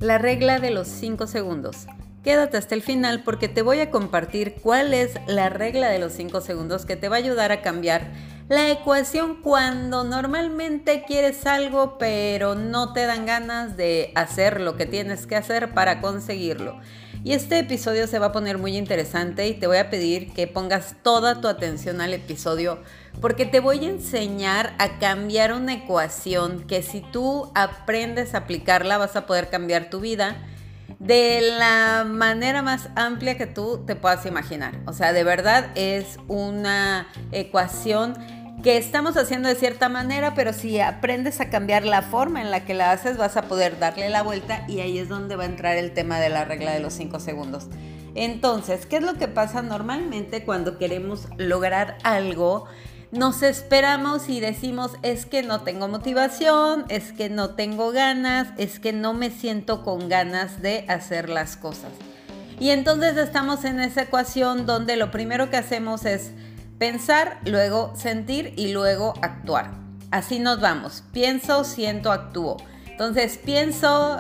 la regla de los 5 segundos. Quédate hasta el final porque te voy a compartir cuál es la regla de los 5 segundos que te va a ayudar a cambiar la ecuación cuando normalmente quieres algo pero no te dan ganas de hacer lo que tienes que hacer para conseguirlo. Y este episodio se va a poner muy interesante y te voy a pedir que pongas toda tu atención al episodio porque te voy a enseñar a cambiar una ecuación que si tú aprendes a aplicarla vas a poder cambiar tu vida de la manera más amplia que tú te puedas imaginar. O sea, de verdad es una ecuación que estamos haciendo de cierta manera, pero si aprendes a cambiar la forma en la que la haces, vas a poder darle la vuelta y ahí es donde va a entrar el tema de la regla de los 5 segundos. Entonces, ¿qué es lo que pasa normalmente cuando queremos lograr algo? Nos esperamos y decimos, es que no tengo motivación, es que no tengo ganas, es que no me siento con ganas de hacer las cosas. Y entonces estamos en esa ecuación donde lo primero que hacemos es pensar, luego sentir y luego actuar. Así nos vamos. Pienso, siento, actúo. Entonces pienso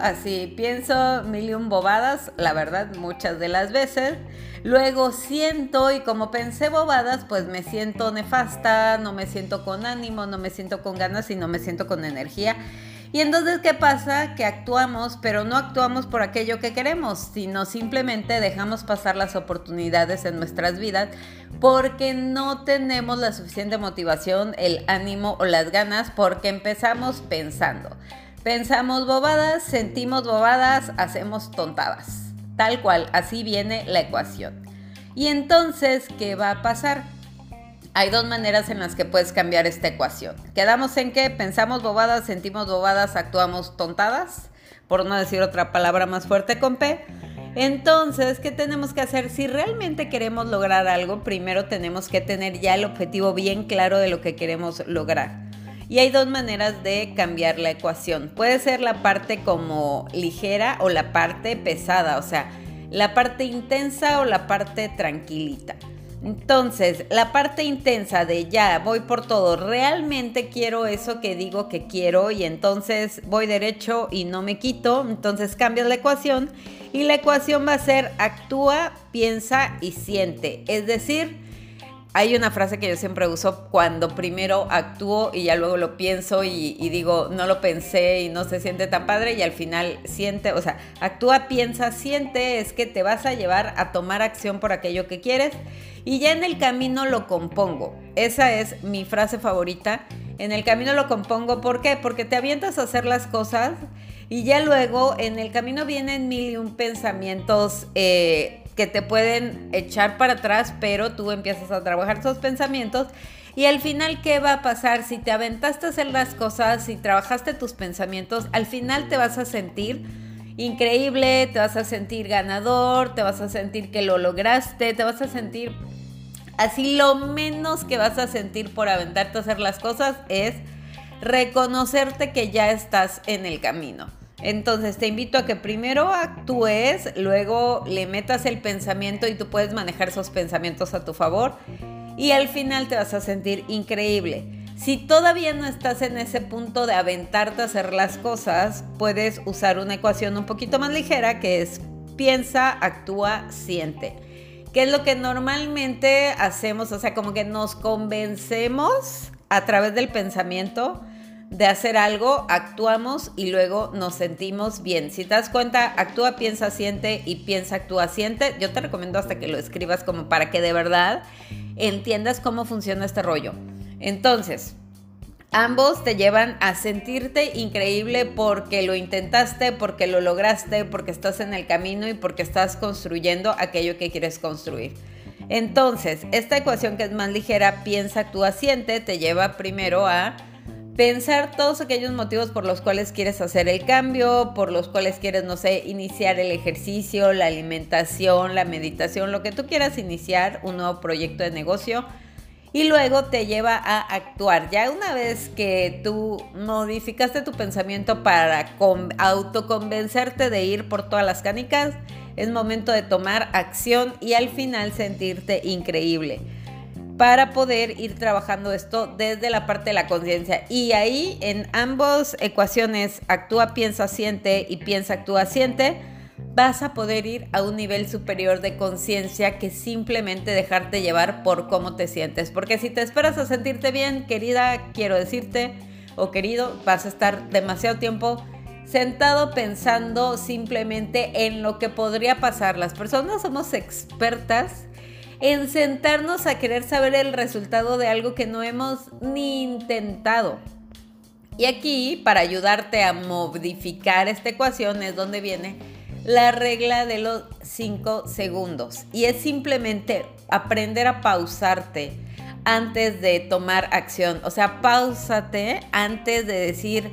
mil y un bobadas, la verdad, muchas de las veces. Luego siento y como pensé bobadas, pues me siento nefasta, no me siento con ánimo, no me siento con ganas y no me siento con energía. Y entonces, ¿qué pasa? Que actuamos, pero no actuamos por aquello que queremos, sino simplemente dejamos pasar las oportunidades en nuestras vidas porque no tenemos la suficiente motivación, el ánimo o las ganas porque empezamos pensando. Pensamos bobadas, sentimos bobadas, hacemos tontadas. Tal cual, así viene la ecuación. Y entonces, ¿qué va a pasar? Hay dos maneras en las que puedes cambiar esta ecuación. Quedamos en que pensamos bobadas, sentimos bobadas, actuamos tontadas, por no decir otra palabra más fuerte con P. Entonces, ¿qué tenemos que hacer? Si realmente queremos lograr algo, primero tenemos que tener ya el objetivo bien claro de lo que queremos lograr. Y hay dos maneras de cambiar la ecuación. Puede ser la parte como ligera o la parte pesada, o sea, la parte intensa o la parte tranquilita. Entonces, la parte intensa de ya voy por todo, realmente quiero eso que digo que quiero y entonces voy derecho y no me quito, entonces cambias la ecuación y la ecuación va a ser actúa, piensa y siente. Es decir, hay una frase que yo siempre uso cuando primero actúo y ya luego lo pienso y digo, no lo pensé y no se siente tan padre y al final siente, o sea, actúa, piensa, siente, es que te vas a llevar a tomar acción por aquello que quieres y ya en el camino lo compongo. Esa es mi frase favorita, en el camino lo compongo, ¿por qué? Porque te avientas a hacer las cosas y ya luego en el camino vienen mil y un pensamientos que te pueden echar para atrás, pero tú empiezas a trabajar esos pensamientos y al final, ¿qué va a pasar? Si te aventaste a hacer las cosas, si trabajaste tus pensamientos, al final te vas a sentir increíble, te vas a sentir ganador, te vas a sentir que lo lograste, te vas a sentir así. Lo menos que vas a sentir por aventarte a hacer las cosas es reconocerte que ya estás en el camino. Entonces te invito a que primero actúes, luego le metas el pensamiento y tú puedes manejar esos pensamientos a tu favor y al final te vas a sentir increíble. Si todavía no estás en ese punto de aventarte a hacer las cosas, puedes usar una ecuación un poquito más ligera que es piensa, actúa, siente. ¿Qué es lo que normalmente hacemos? O sea, como que nos convencemos a través del pensamiento de hacer algo, actuamos y luego nos sentimos bien. Si te das cuenta, actúa, piensa, siente y piensa, actúa, siente. Yo te recomiendo hasta que lo escribas como para que de verdad entiendas cómo funciona este rollo. Entonces, ambos te llevan a sentirte increíble porque lo intentaste, porque lo lograste, porque estás en el camino y porque estás construyendo aquello que quieres construir. Entonces, esta ecuación que es más ligera, piensa, actúa, siente, te lleva primero a pensar todos aquellos motivos por los cuales quieres hacer el cambio, por los cuales quieres, no sé, iniciar el ejercicio, la alimentación, la meditación, lo que tú quieras iniciar, un nuevo proyecto de negocio. Y luego te lleva a actuar. Ya una vez que tú modificaste tu pensamiento para autoconvencerte de ir por todas las canicas, es momento de tomar acción y al final sentirte increíble. para poder ir trabajando esto desde la parte de la conciencia. Y ahí en ambas ecuaciones, actúa, piensa, siente y piensa, actúa, siente, vas a poder ir a un nivel superior de conciencia que simplemente dejarte llevar por cómo te sientes. Porque si te esperas a sentirte bien, querida, quiero decirte, o querido, vas a estar demasiado tiempo sentado pensando simplemente en lo que podría pasar. Las personas somos expertas en sentarnos a querer saber el resultado de algo que no hemos ni intentado. Y aquí, para ayudarte a modificar esta ecuación, es donde viene la regla de los 5 segundos. Y es simplemente aprender a pausarte antes de tomar acción. O sea, páusate antes de decir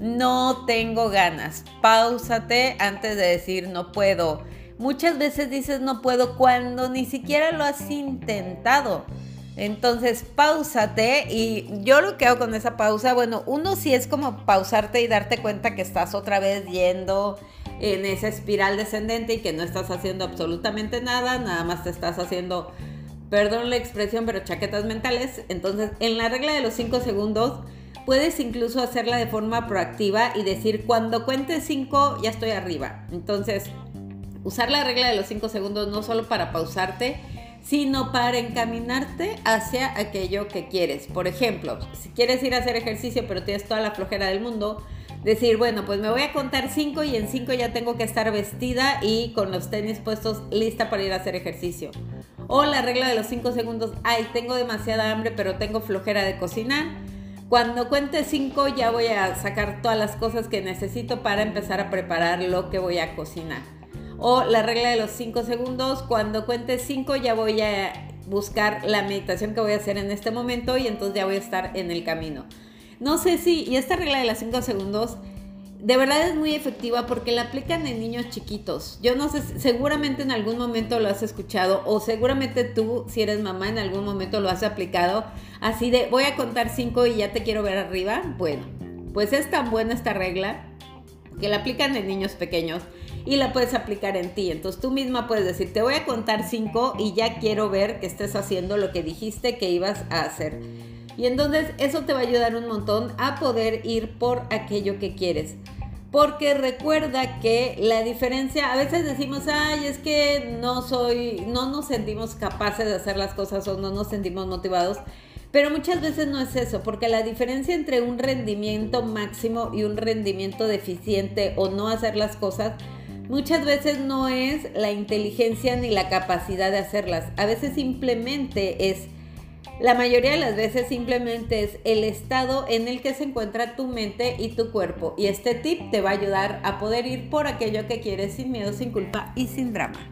no tengo ganas. Páusate antes de decir no puedo. Muchas veces dices no puedo cuando ni siquiera lo has intentado. Entonces, páusate. Y yo lo que hago con esa pausa, bueno, uno sí es como pausarte y darte cuenta que estás otra vez yendo en esa espiral descendente y que no estás haciendo absolutamente nada, nada más te estás haciendo, perdón la expresión, pero chaquetas mentales. Entonces, en la regla de los 5 segundos, puedes incluso hacerla de forma proactiva y decir, cuando cuente 5, ya estoy arriba. Entonces, usar la regla de los 5 segundos no solo para pausarte, sino para encaminarte hacia aquello que quieres. Por ejemplo, si quieres ir a hacer ejercicio pero tienes toda la flojera del mundo, decir, bueno, pues me voy a contar 5 y en 5 ya tengo que estar vestida y con los tenis puestos lista para ir a hacer ejercicio. O la regla de los 5 segundos, ay, tengo demasiada hambre pero tengo flojera de cocinar. Cuando cuente 5 ya voy a sacar todas las cosas que necesito para empezar a preparar lo que voy a cocinar. O la regla de los 5 segundos, cuando cuente 5 ya voy a buscar la meditación que voy a hacer en este momento y entonces ya voy a estar en el camino. No sé si, y esta regla de los 5 segundos de verdad es muy efectiva porque la aplican en niños chiquitos. Yo no sé, seguramente en algún momento lo has escuchado o seguramente tú, si eres mamá, en algún momento lo has aplicado. Así de, voy a contar 5 y ya te quiero ver arriba. Bueno, pues es tan buena esta regla que la aplican en niños pequeños y la puedes aplicar en ti. Entonces tú misma puedes decir, te voy a contar 5 y ya quiero ver que estés haciendo lo que dijiste que ibas a hacer. Y entonces eso te va a ayudar un montón a poder ir por aquello que quieres. Porque recuerda que la diferencia, a veces decimos, ay, es que no nos sentimos capaces de hacer las cosas o no nos sentimos motivados. Pero muchas veces no es eso, porque la diferencia entre un rendimiento máximo y un rendimiento deficiente o no hacer las cosas, muchas veces no es la inteligencia ni la capacidad de hacerlas. A veces simplemente es, la mayoría de las veces simplemente es el estado en el que se encuentra tu mente y tu cuerpo. Y este tip te va a ayudar a poder ir por aquello que quieres sin miedo, sin culpa y sin drama.